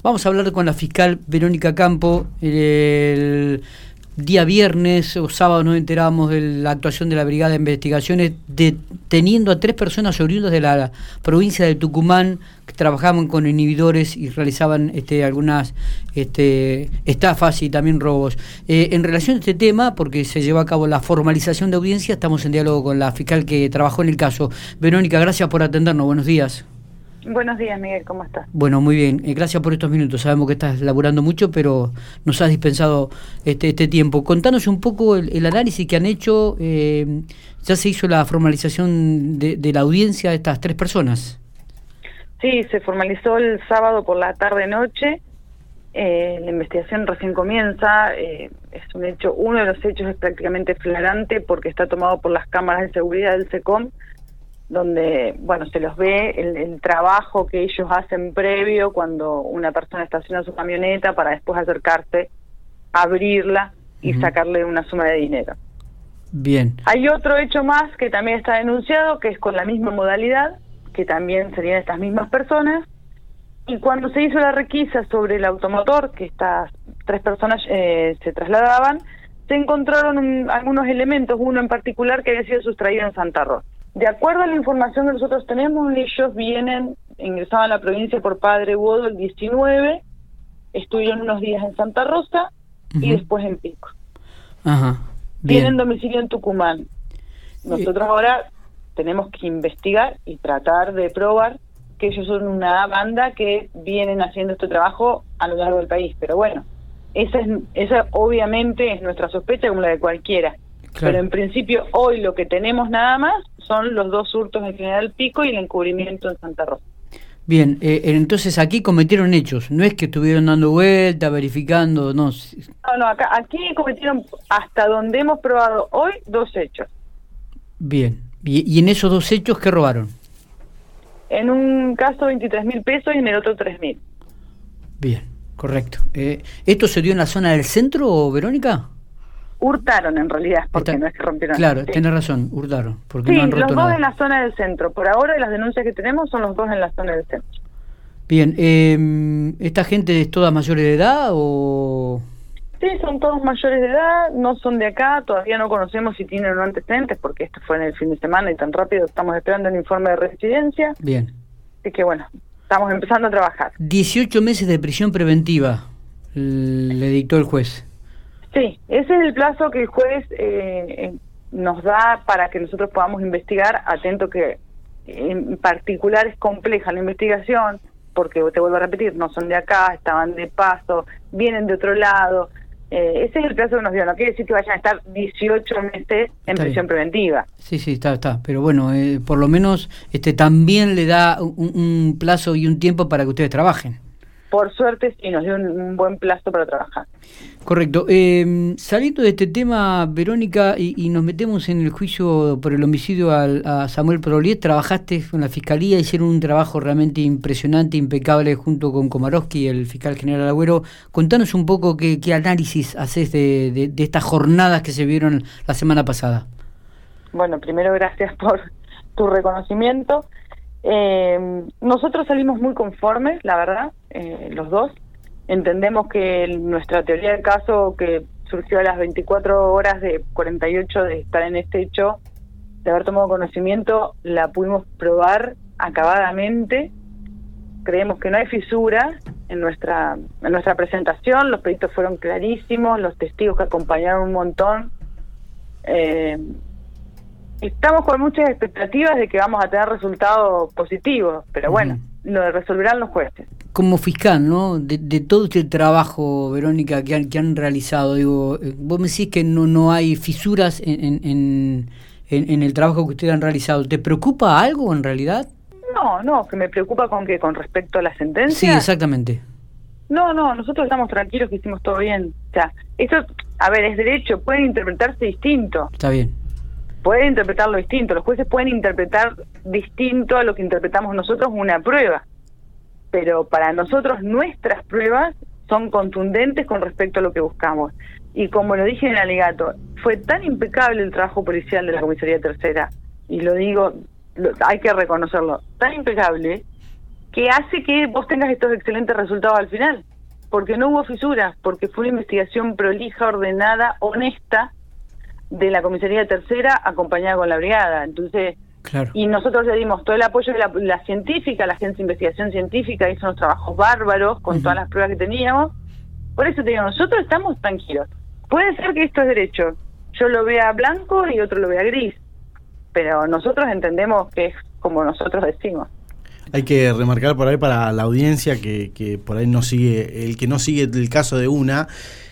Vamos a hablar con la fiscal Verónica Campo. El día viernes o sábado nos enteramos de la actuación de la Brigada de Investigaciones deteniendo a 3 personas oriundas de la provincia de Tucumán que trabajaban con inhibidores y realizaban algunas estafas y también robos. En relación a este tema, porque se llevó a cabo la formalización de audiencia, estamos en diálogo con la fiscal que trabajó en el caso. Verónica, gracias por atendernos. Buenos días. Buenos días, Miguel, ¿cómo estás? Bueno, muy bien. Gracias por estos minutos. Sabemos que estás laburando mucho, pero nos has dispensado este tiempo. Contanos un poco el análisis que han hecho. Ya se hizo la formalización de la audiencia de estas 3 personas. Sí, se formalizó el sábado por la tarde-noche. La investigación recién comienza. Es un hecho, uno de los hechos es prácticamente flagrante porque está tomado por las cámaras de seguridad del SECOM, donde, bueno, se los ve el trabajo que ellos hacen previo cuando una persona estaciona su camioneta para después acercarse, abrirla y sacarle una suma de dinero. Bien. Hay otro hecho más que también está denunciado, que es con la misma modalidad, que también serían estas mismas personas, y cuando se hizo la requisa sobre el automotor, que estas 3 personas se trasladaban, se encontraron algunos elementos, uno en particular que había sido sustraído en Santa Rosa. De acuerdo a la información que nosotros tenemos, ellos ingresaban a la provincia por Padre Bodo el 19, estuvieron unos días en Santa Rosa y después en Pico. Ajá. Tienen domicilio en Tucumán. Nosotros ahora tenemos que investigar y tratar de probar que ellos son una banda que vienen haciendo este trabajo a lo largo del país. Pero bueno, esa obviamente es nuestra sospecha como la de cualquiera. Claro. Pero en principio hoy lo que tenemos nada más son los 2 hurtos en General Pico y el encubrimiento en Santa Rosa. Bien, entonces aquí cometieron hechos, no es que estuvieron dando vuelta, verificando, no. No, aquí cometieron, hasta donde hemos probado hoy, 2 hechos. Bien, ¿y en esos 2 hechos qué robaron? En un caso 23.000 pesos y en el otro 3.000. Bien, correcto. ¿Esto se dio en la zona del centro, Verónica? Hurtaron en realidad, porque no es que rompieron. Claro, sí. Tenés razón, hurtaron, porque sí, no han roto los 2 nada. en la zona del centro. Por ahora las denuncias que tenemos son los 2 en la zona del centro. Bien, ¿esta gente es toda mayores de edad o...? Sí, son todos mayores de edad, no son de acá, todavía no conocemos si tienen o no antecedentes, porque esto fue en el fin de semana y tan rápido estamos esperando el informe de residencia. Bien. Así que bueno, estamos empezando a trabajar. 18 meses de prisión preventiva le dictó el juez. Sí, ese es el plazo que el juez nos da para que nosotros podamos investigar, atento que en particular es compleja la investigación, porque te vuelvo a repetir, no son de acá, estaban de paso, vienen de otro lado. Ese es el plazo que nos dio, no quiere decir que vayan a estar 18 meses en prisión preventiva. Sí, está, pero bueno, por lo menos también le da un plazo y un tiempo para que ustedes trabajen. Por suerte sí, nos dio un buen plazo para trabajar. Correcto. Saliendo de este tema, Verónica, y nos metemos en el juicio por el homicidio a Samuel Proliet, trabajaste con la Fiscalía, hicieron un trabajo realmente impresionante, impecable, junto con Komarowski, el fiscal general Agüero. Contanos un poco qué análisis haces de estas jornadas que se vieron la semana pasada. Bueno, primero gracias por tu reconocimiento. Nosotros salimos muy conformes, la verdad, los 2. Entendemos que nuestra teoría del caso, que surgió a las 24 horas de 48 de estar en este hecho, de haber tomado conocimiento, la pudimos probar acabadamente. Creemos que no hay fisura en nuestra presentación, los peritos fueron clarísimos, los testigos que acompañaron un montón. Estamos con muchas expectativas de que vamos a tener resultados positivos, pero bueno, lo resolverán los jueces. Como fiscal, ¿no? De todo este trabajo, Verónica, que han realizado, digo, vos me decís que no hay fisuras en el trabajo que ustedes han realizado. ¿Te preocupa algo en realidad? No, que me preocupa con respecto a la sentencia. Sí, exactamente. No, nosotros estamos tranquilos que hicimos todo bien. O sea, esto, a ver, es derecho, pueden interpretarse distinto. Está bien. Pueden interpretarlo distinto, los jueces pueden interpretar distinto a lo que interpretamos nosotros una prueba, pero para nosotros nuestras pruebas son contundentes con respecto a lo que buscamos. Y como lo dije en el alegato, fue tan impecable el trabajo policial de la Comisaría Tercera, y lo digo, hay que reconocerlo, tan impecable que hace que vos tengas estos excelentes resultados al final, porque no hubo fisuras, porque fue una investigación prolija, ordenada, honesta, de la Comisaría Tercera acompañada con la brigada. Entonces, claro. Y nosotros le dimos todo el apoyo de la científica, la Agencia de Investigación Científica hizo unos trabajos bárbaros con todas las pruebas que teníamos. Por eso te digo, nosotros estamos tranquilos. Puede ser que esto es derecho, yo lo vea blanco y otro lo vea gris, pero nosotros entendemos que es como nosotros decimos. Hay que remarcar por ahí para la audiencia que por ahí no sigue, el que no sigue el caso de Una,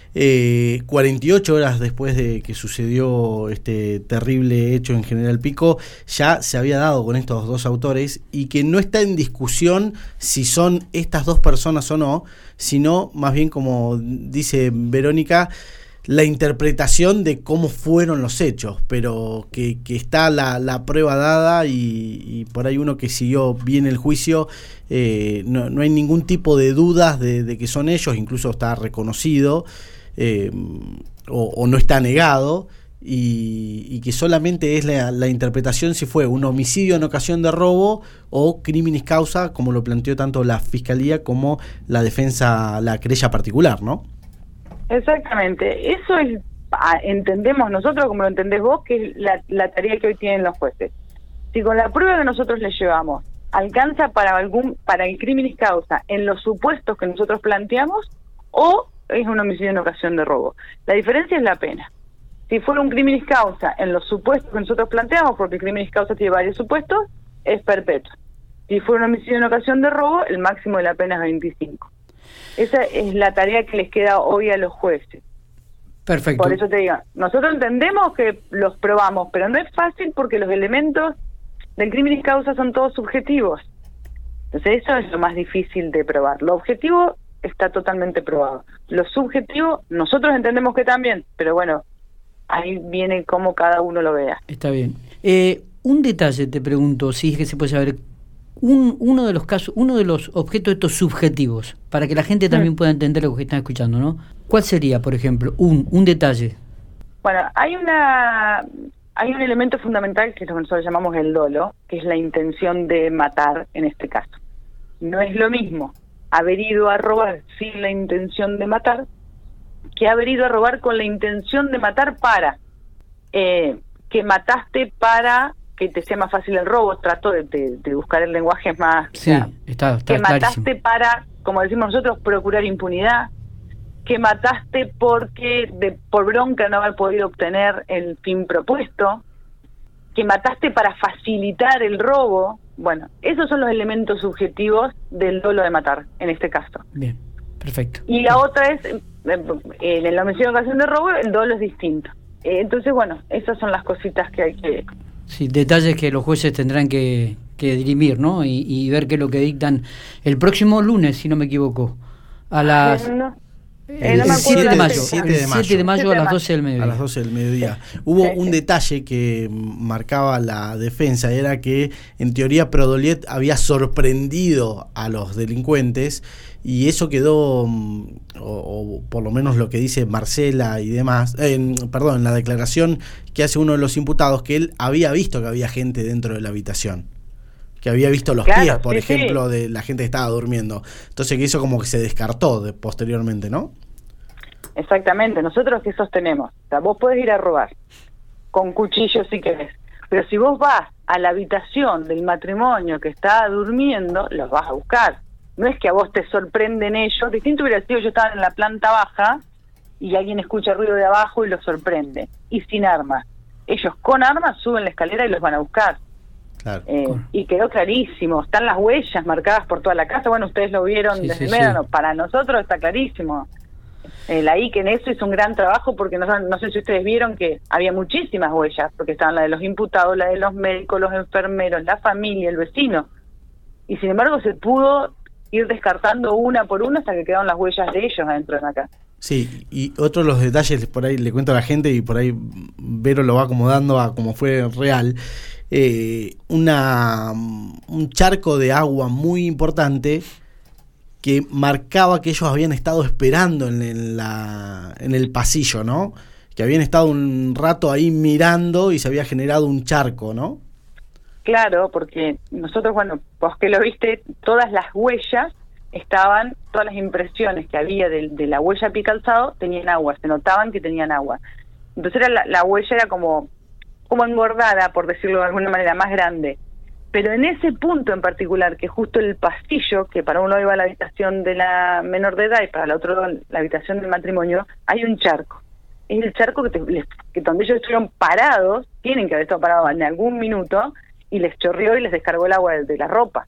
48 horas después de que sucedió este terrible hecho en General Pico, ya se había dado con estos dos autores, y que no está en discusión si son estas dos personas o no, sino más bien, como dice Verónica, la interpretación de cómo fueron los hechos, pero que está la prueba dada, y por ahí uno que siguió bien el juicio, no hay ningún tipo de dudas de que son ellos, incluso está reconocido, o no está negado, y que solamente es la interpretación si fue un homicidio en ocasión de robo o criminis causa, como lo planteó tanto la Fiscalía como la defensa, la querella particular, ¿no? Exactamente, eso es, entendemos nosotros, como lo entendés vos, que es la tarea que hoy tienen los jueces. Si con la prueba que nosotros les llevamos alcanza para el criminis causa en los supuestos que nosotros planteamos, o es un homicidio en ocasión de robo. La diferencia es la pena. Si fuera un criminis causa en los supuestos que nosotros planteamos, porque el criminis causa tiene varios supuestos, es perpetuo. Si fuera un homicidio en ocasión de robo, el máximo de la pena es 25. Esa es la tarea que les queda hoy a los jueces. Perfecto. Por eso te digo, nosotros entendemos que los probamos, pero no es fácil porque los elementos del criminis causa son todos subjetivos. Entonces eso es lo más difícil de probar. Lo objetivo está totalmente probado. Lo subjetivo, nosotros entendemos que también, pero bueno, ahí viene cómo cada uno lo vea. Está bien. Un detalle te pregunto, si es que se puede saber, uno de los casos, uno de los objetos estos subjetivos, para que la gente también pueda entender lo que están escuchando, ¿no? ¿Cuál sería, por ejemplo, un detalle? Bueno, hay un elemento fundamental que es lo que nosotros llamamos el dolo, que es la intención de matar en este caso. No es lo mismo haber ido a robar sin la intención de matar que haber ido a robar con la intención de matar para que mataste para que te sea más fácil el robo. Trato de buscar el lenguaje más... Sí, está que mataste clarísimo. para, como decimos nosotros, procurar impunidad, que mataste porque por bronca no haber podido obtener el fin propuesto, que mataste para facilitar el robo. Bueno, esos son los elementos subjetivos del dolo de matar, en este caso. Bien, perfecto. Y la otra es, en la homicidio en ocasión de robo, el dolo es distinto. Entonces, bueno, esas son las cositas que hay que... Sí, detalles que los jueces tendrán que dirimir, ¿no? Y ver qué es lo que dictan el próximo lunes, si no me equivoco, a las... El 7 de mayo. 7 de mayo a las 12 del mediodía. A las 12 del mediodía. Hubo Sí, un detalle que marcaba la defensa, era que en teoría Prodoliet había sorprendido a los delincuentes, y eso quedó, o por lo menos lo que dice Marcela y demás, en la declaración que hace uno de los imputados, que él había visto que había gente dentro de la habitación, que había visto los pies, por ejemplo, de la gente que estaba durmiendo. Entonces que eso como que se descartó posteriormente, ¿no? Exactamente. Nosotros ¿qué sostenemos? O sea, vos podés ir a robar con cuchillo si querés, pero si vos vas a la habitación del matrimonio que está durmiendo, los vas a buscar. No es que a vos te sorprenden ellos. Distinto hubiera sido, yo estaba en la planta baja y alguien escucha ruido de abajo y los sorprende, y sin armas. Ellos con armas suben la escalera y los van a buscar. Claro. Y quedó clarísimo, están las huellas marcadas por toda la casa. Bueno, ustedes lo vieron desde el Médano. Para nosotros está clarísimo. La ICE en eso hizo un gran trabajo, porque no sé si ustedes vieron que había muchísimas huellas, porque estaban la de los imputados, la de los médicos, los enfermeros, la familia, el vecino, y sin embargo se pudo ir descartando una por una hasta que quedaron las huellas de ellos adentro de la casa. Sí, y otro de los detalles, por ahí le cuento a la gente, y por ahí Vero lo va acomodando a como fue real. Un charco de agua muy importante que marcaba que ellos habían estado esperando en el pasillo, ¿no? Que habían estado un rato ahí mirando y se había generado un charco, ¿no? claro, porque nosotros, bueno, vos que lo viste, todas las huellas estaban, todas las impresiones que había de la huella de pie calzado tenían agua, se notaban que tenían agua. Entonces la huella era como engordada, por decirlo de alguna manera, más grande. Pero en ese punto en particular, que justo el pasillo, que para uno iba a la habitación de la menor de edad y para el otro la habitación del matrimonio, hay un charco. Es el charco que donde ellos estuvieron parados, tienen que haber estado parados en algún minuto, y les chorreó y les descargó el agua de la ropa.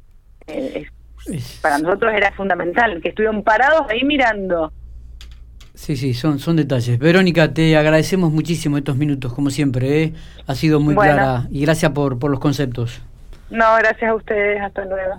Para nosotros era fundamental, que estuvieron parados ahí mirando. Sí, son detalles. Verónica, te agradecemos muchísimo estos minutos, como siempre, ¿eh? Ha sido muy clara, y gracias por los conceptos. No, gracias a ustedes, hasta luego.